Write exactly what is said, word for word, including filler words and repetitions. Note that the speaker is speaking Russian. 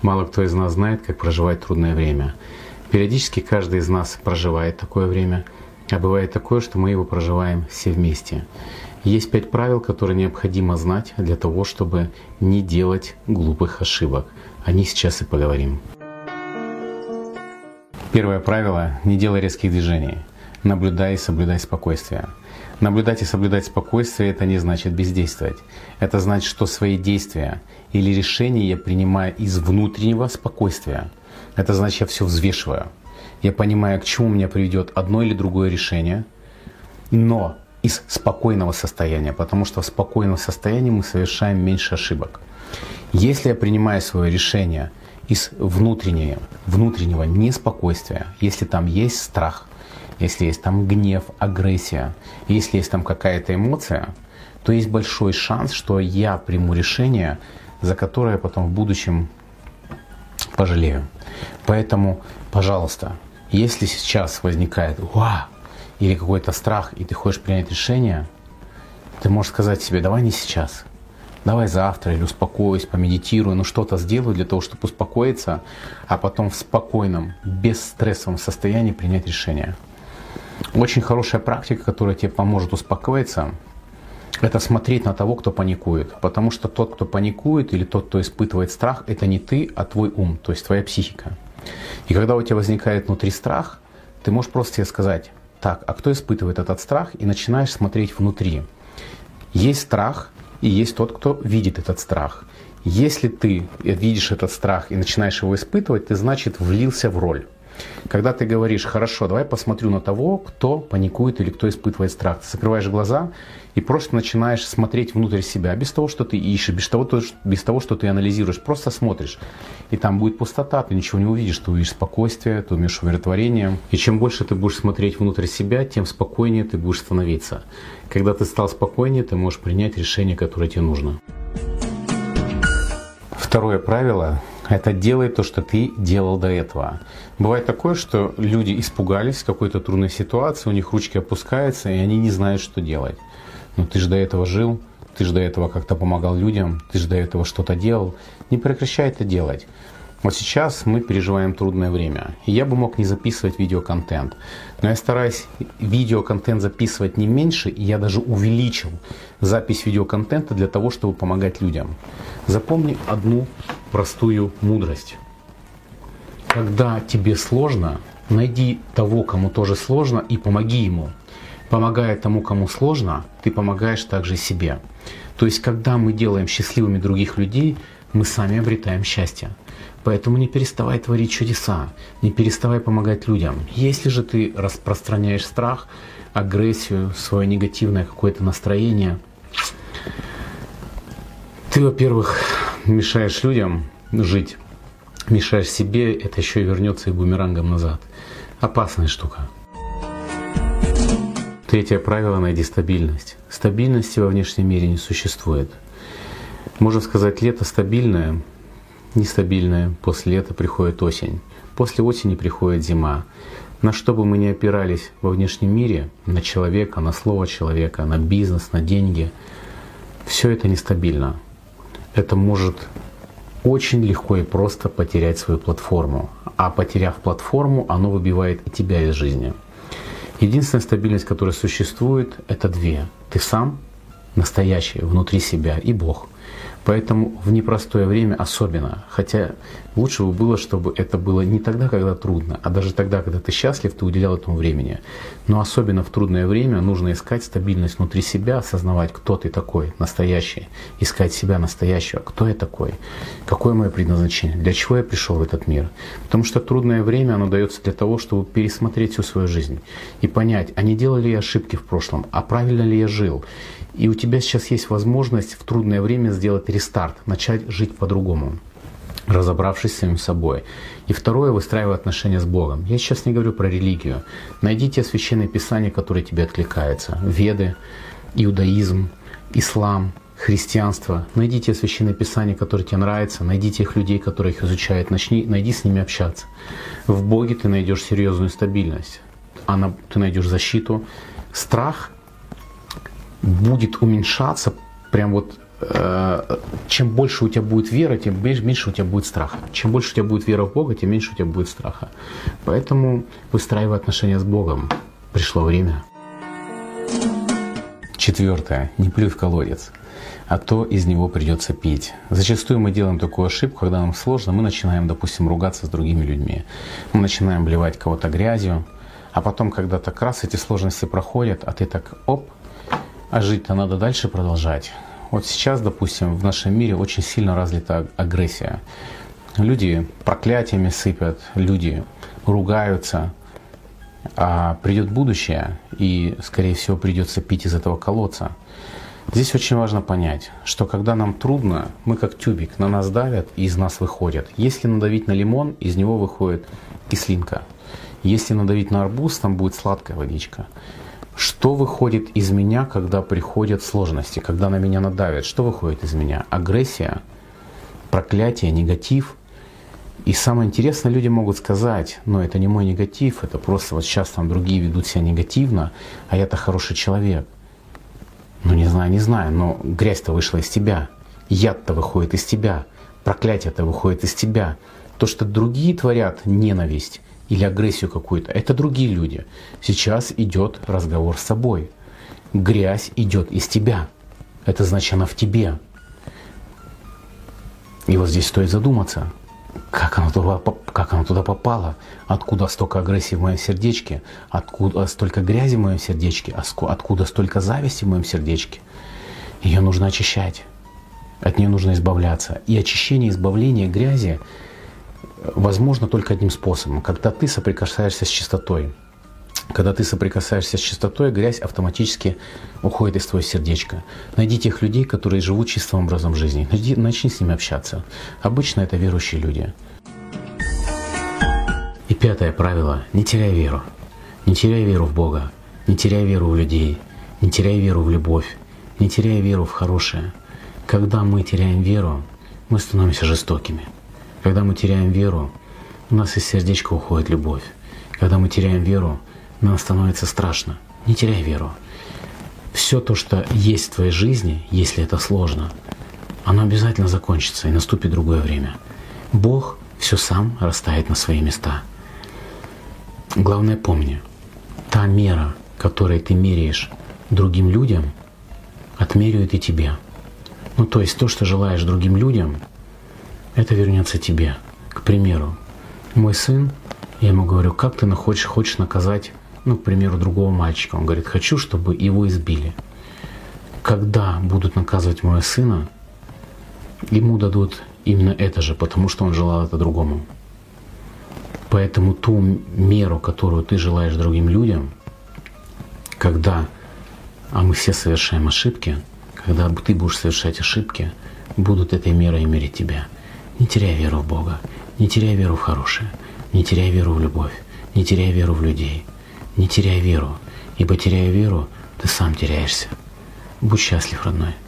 Мало кто из нас знает, как проживать трудное время. Периодически каждый из нас проживает такое время, а бывает такое, что мы его проживаем все вместе. Есть пять правил, которые необходимо знать для того, чтобы не делать глупых ошибок. О них сейчас и поговорим. Первое правило – не делай резких движений. Наблюдай и соблюдай спокойствие. Наблюдать и соблюдать спокойствие – это не значит бездействовать. Это значит, что свои действия или решения я принимаю из внутреннего спокойствия. Это значит, я все взвешиваю. Я понимаю, к чему меня приведет одно или другое решение, но из спокойного состояния, потому что в спокойном состоянии мы совершаем меньше ошибок. Если я принимаю свое решение из внутреннего, внутреннего неспокойствия, если там есть страх, если есть там гнев, агрессия, если есть там какая-то эмоция, то есть большой шанс, что я приму решение, за которое я потом в будущем пожалею. Поэтому, пожалуйста, если сейчас возникает «Уа!» или какой-то страх, и ты хочешь принять решение, ты можешь сказать себе: давай не сейчас, давай завтра, или успокоюсь, помедитирую, ну что-то сделаю для того, чтобы успокоиться, а потом в спокойном, бесстрессовом состоянии принять решение. Очень хорошая практика, которая тебе поможет успокоиться, это смотреть на того, кто паникует. Потому что тот, кто паникует, или тот, кто испытывает страх, это не ты, а твой ум, то есть твоя психика. И когда у тебя возникает внутри страх, ты можешь просто себе сказать: так, а кто испытывает этот страх? И начинаешь смотреть внутри. Есть страх, и есть тот, кто видит этот страх. Если ты видишь этот страх и начинаешь его испытывать, ты, значит, влился в роль. Когда ты говоришь: хорошо, давай посмотрю на того, кто паникует или кто испытывает страх, ты закрываешь глаза и просто начинаешь смотреть внутрь себя, без того, что ты ищешь, без того, без того, что ты анализируешь, просто смотришь. И там будет пустота, ты ничего не увидишь, ты увидишь спокойствие, ты увидишь умиротворение. И чем больше ты будешь смотреть внутрь себя, тем спокойнее ты будешь становиться. Когда ты стал спокойнее, ты можешь принять решение, которое тебе нужно. Второе правило – это делай то, что ты делал до этого. Бывает такое, что люди испугались какой-то трудной ситуации, у них ручки опускаются, и они не знают, что делать. Но ты же до этого жил, ты же до этого как-то помогал людям, ты же до этого что-то делал. Не прекращай это делать. Вот сейчас мы переживаем трудное время. И я бы мог не записывать видеоконтент. Но я стараюсь видеоконтент записывать не меньше, и я даже увеличил запись видеоконтента для того, чтобы помогать людям. Запомни одну простую мудрость. Когда тебе сложно, найди того, кому тоже сложно, и помоги ему. Помогая тому, кому сложно, ты помогаешь также себе. То есть, когда мы делаем счастливыми других людей, мы сами обретаем счастье. Поэтому не переставай творить чудеса, не переставай помогать людям. Если же ты распространяешь страх, агрессию, свое негативное какое-то настроение, ты, во-первых, мешаешь людям жить, мешаешь себе, это еще и вернется и бумерангом назад. Опасная штука. Третье правило – найди стабильность. Стабильности во внешнем мире не существует. Можно сказать, лето стабильное, нестабильное, после лета приходит осень, после осени приходит зима. На что бы мы ни опирались во внешнем мире, на человека, на слово человека, на бизнес, на деньги, все это нестабильно. Это может очень легко и просто потерять свою платформу. А потеряв платформу, оно выбивает и тебя из жизни. Единственная стабильность, которая существует, это две. Ты сам, настоящий, внутри себя, и Бог. Поэтому в непростое время особенно, хотя лучше бы было, чтобы это было не тогда, когда трудно, а даже тогда, когда ты счастлив, ты уделял этому времени. Но особенно в трудное время нужно искать стабильность внутри себя, осознавать, кто ты такой, настоящий, искать себя настоящего, кто я такой, какое мое предназначение, для чего я пришел в этот мир. Потому что трудное время, оно дается для того, чтобы пересмотреть всю свою жизнь и понять, а не делал ли я ошибки в прошлом, а правильно ли я жил. И у тебя сейчас есть возможность в трудное время сделать рестарт, начать жить по-другому, разобравшись с самим собой. И второе, выстраивая отношения с Богом. Я сейчас не говорю про религию. Найди те священные писания, которые тебе откликаются. Веды, иудаизм, ислам, христианство. Найди те священные писания, которые тебе нравятся. Найди тех людей, которые их изучают. Начни, найди с ними общаться. В Боге ты найдешь серьезную стабильность. Она, ты найдешь защиту. Страх будет уменьшаться прям вот чем больше у тебя будет веры, тем меньше у тебя будет страха. Чем больше у тебя будет вера в Бога, тем меньше у тебя будет страха. Поэтому выстраивай отношения с Богом. Пришло время. Четвертое. Не плюй в колодец, а то из него придется пить. Зачастую мы делаем такую ошибку, когда нам сложно, мы начинаем, допустим, ругаться с другими людьми. Мы начинаем обливать кого-то грязью, а потом, когда так раз эти сложности проходят, а ты так оп, а жить-то надо дальше продолжать. Вот сейчас, допустим, в нашем мире очень сильно развита агрессия. Люди проклятиями сыпят, люди ругаются, а придет будущее, и, скорее всего, придется пить из этого колодца. Здесь очень важно понять, что когда нам трудно, мы как тюбик, на нас давят и из нас выходят. Если надавить на лимон, из него выходит кислинка. Если надавить на арбуз, там будет сладкая водичка. Что выходит из меня, когда приходят сложности, когда на меня надавят? Что выходит из меня? Агрессия, проклятие, негатив. И самое интересное, люди могут сказать: но это не мой негатив, это просто вот сейчас там другие ведут себя негативно, а я-то хороший человек. Ну не знаю, не знаю, но грязь-то вышла из тебя, яд-то выходит из тебя, проклятие-то выходит из тебя. То, что другие творят ненависть или агрессию какую-то, это другие люди. Сейчас идет разговор с собой. Грязь идет из тебя. Это значит, она в тебе. И вот здесь стоит задуматься, как она туда, как она туда попала, откуда столько агрессии в моем сердечке, откуда столько грязи в моем сердечке, откуда столько зависти в моем сердечке. Ее нужно очищать. От нее нужно избавляться. И очищение, избавление грязи возможно только одним способом, когда ты соприкасаешься с чистотой. Когда ты соприкасаешься с чистотой, грязь автоматически уходит из твоего сердечка. Найди тех людей, которые живут чистым образом жизни. Найди, начни с ними общаться. Обычно это верующие люди. И пятое правило. Не теряй веру. Не теряй веру в Бога. Не теряй веру в людей. Не теряй веру в любовь. Не теряй веру в хорошее. Когда мы теряем веру, мы становимся жестокими. Когда мы теряем веру, у нас из сердечка уходит любовь. Когда мы теряем веру, нам становится страшно. Не теряй веру. Все то, что есть в твоей жизни, если это сложно, оно обязательно закончится и наступит другое время. Бог все сам расставит на свои места. Главное помни, та мера, которой ты меряешь другим людям, отмеряют и тебе. Ну то есть то, что желаешь другим людям, это вернется тебе. К примеру, мой сын, я ему говорю: как ты хочешь, хочешь наказать, ну, к примеру, другого мальчика? Он говорит: хочу, чтобы его избили. Когда будут наказывать моего сына, ему дадут именно это же, потому что он желал это другому. Поэтому ту меру, которую ты желаешь другим людям, когда, а мы все совершаем ошибки, когда ты будешь совершать ошибки, будут этой мерой мерить тебя. Не теряй веру в Бога, не теряй веру в хорошее, не теряй веру в любовь, не теряй веру в людей, не теряй веру, ибо теряя веру, ты сам теряешься. Будь счастлив, родной.